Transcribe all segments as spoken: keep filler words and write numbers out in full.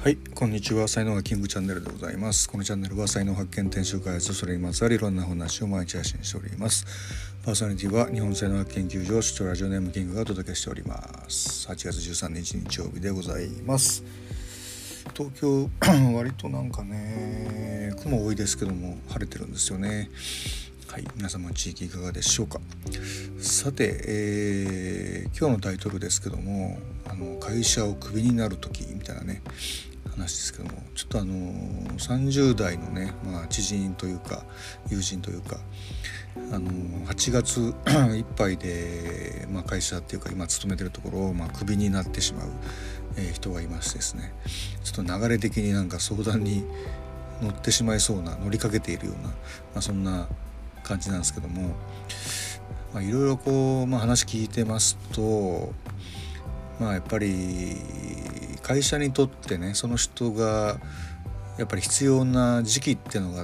はい、こんにちは。才能がキングチャンネルでございます。このチャンネルは才能発見、転職開発、それにまつわるいろんな話を毎日配信しております。パーソナリティは日本才能学研究所主張ラジオネームキングがお届けしております。はちがつじゅうさんにち日曜日でございます。東京割となんかね雲多いですけども晴れてるんですよね。はい、皆様の地域いかがでしょうか。さて、えー、今日のタイトルですけども、あの会社をクビになる時みたいなね話ですけども、ちょっとあのさんじゅう代のね、まあ、知人というか友人というか、あのはちがついっぱいで、まあ、会社っていうか今勤めてるところを、まあ、クビになってしまう、えー、人がいましてですね、ちょっと流れ的になんか相談に乗ってしまいそうな、乗りかけているような、まあ、そんな感じなんですけども、まあ、いろいろこう、まあ、話聞いてますと、まあやっぱり会社にとってね、その人がやっぱり必要な時期っていうのがあって、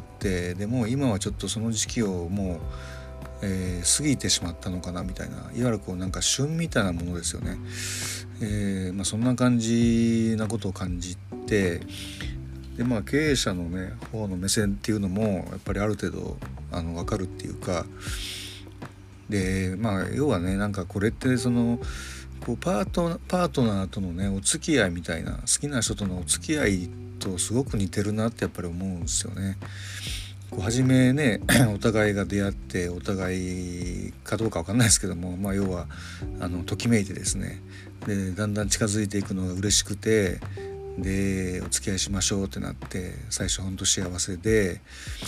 でも今はちょっとその時期をもう、えー、過ぎてしまったのかなみたいな、いわゆるこうなんか旬みたいなものですよね。えーまあ、そんな感じなことを感じて、でまあ経営者のね方の目線っていうのもやっぱりある程度あの分かるっていうかで、まあ要はね、なんかこれってそのこうパートパートナーとのねお付き合いみたいな、好きな人とのお付き合いとすごく似てるなってやっぱり思うんですよね。こう初めねお互いが出会ってお互いかどうか分かんないですけども、まあ要はあのときめいてですね、でだんだん近づいていくのが嬉しくて、でお付き合いしましょうってなって、最初ほんと幸せで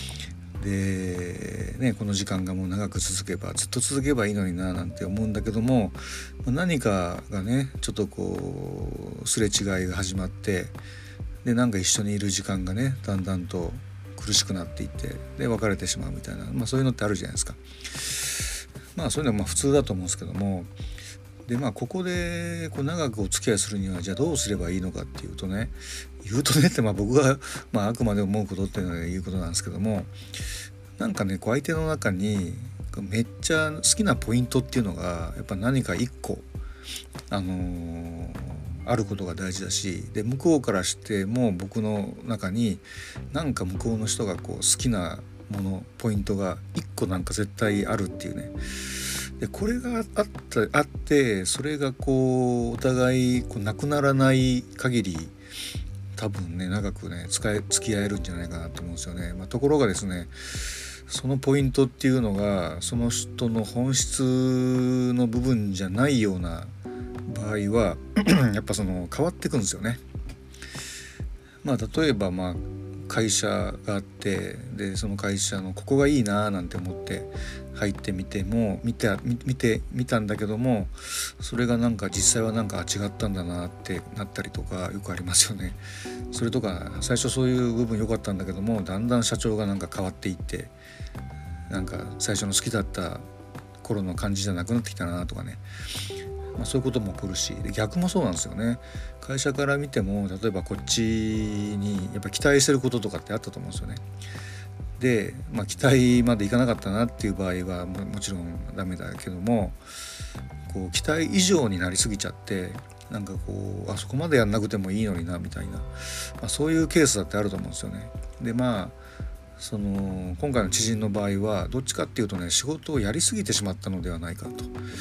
で、ね、この時間がもう長く続けばずっと続けばいいのにななんて思うんだけども、何かがねちょっとこうすれ違いが始まって、でなんか一緒にいる時間がねだんだんと苦しくなっていって、で別れてしまうみたいな、まあ、そういうのってあるじゃないですか。まあそういうのはまあ普通だと思うんですけども、でまあここでこう長くお付き合いするにはじゃあどうすればいいのかっていうとね言うとねってまあ僕が、まあ、あくまで思うことっていうのは言うことなんですけども、なんかねこう相手の中にめっちゃ好きなポイントっていうのがやっぱ何か一個あのー、あることが大事だし、で向こうからしても僕の中になんか向こうの人がこう好きなものポイントが一個なんか絶対あるっていうね。でこれがあったあってそれがこうお互いこうなくならない限り多分ね長くね使い付き合えるんじゃないかなと思うんですよね。まあ、ところがですね、そのポイントっていうのがその人の本質の部分じゃないような場合はやっぱその変わってくんですよね。まあ例えばまあ会社があって、でその会社のここがいいななんて思って入ってみても見て見てみたんだけども、それがなんか実際はなんか違ったんだなってなったりとかよくありますよね。それとか最初そういう部分良かったんだけども、だんだん社長がなんか変わっていって、なんか最初の好きだった頃の感じじゃなくなってきたなとかね、まあ、そういうことも起こるし、で逆もそうなんですよね。会社から見ても例えばこっちにやっぱ期待してることとかってあったと思うんですよね。で、まあ、期待までいかなかったなっていう場合は も, もちろんダメだけども、こう期待以上になりすぎちゃって、なんかこうあそこまでやんなくてもいいのになみたいな、まあ、そういうケースだってあると思うんですよね。でまあその今回の知人の場合はどっちかっていうとね、仕事をやりすぎてしまったのではないかと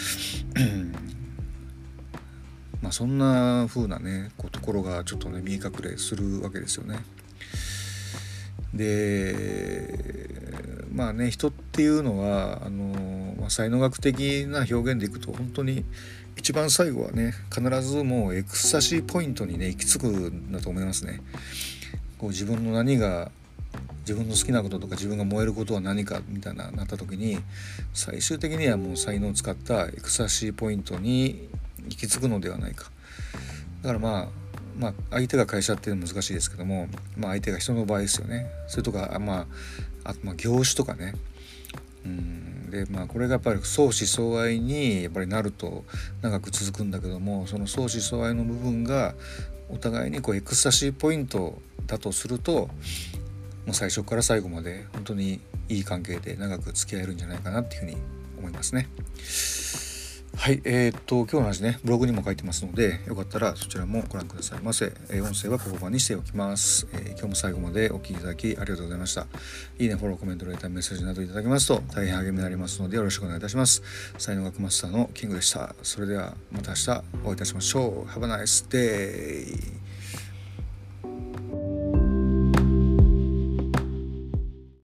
まあそんな風なねこうところがちょっとね見え隠れするわけですよね。でまあね、人っていうのはあの、まあ、才能学的な表現でいくと本当に一番最後はね必ずもうエクスタシーポイントにね行き着くんだと思いますね。こう自分の何が自分の好きなこととか自分が燃えることは何かみたいななった時に、最終的にはもう才能を使ったエクスタシーポイントに行き着くのではないか。だからまあまあ相手が会社っていうのは難しいですけども、まあ相手が人の場合ですよね。それとかまああとまあ業種とかね、うんでまあこれがやっぱり相思相愛にやっぱりなると長く続くんだけども、その相思相愛の部分がお互いにこうエクスタシーポイントだとすると、もう最初から最後まで本当にいい関係で長く付き合えるんじゃないかなっていうふうに思いますね。ははい、えー、っと今日の話ねブログにも書いてますので、よかったらそちらもご覧くださいませ。えー、音声はここまでにしておきます。えー、今日も最後までお聞きいただきありがとうございました。いいね、フォロー、コメント、レター、メッセージなどいただけますと大変励みになりますのでよろしくお願いいたします。才能学マスターのキングでした。それではまた明日お会いいたしましょう。Have a nice day.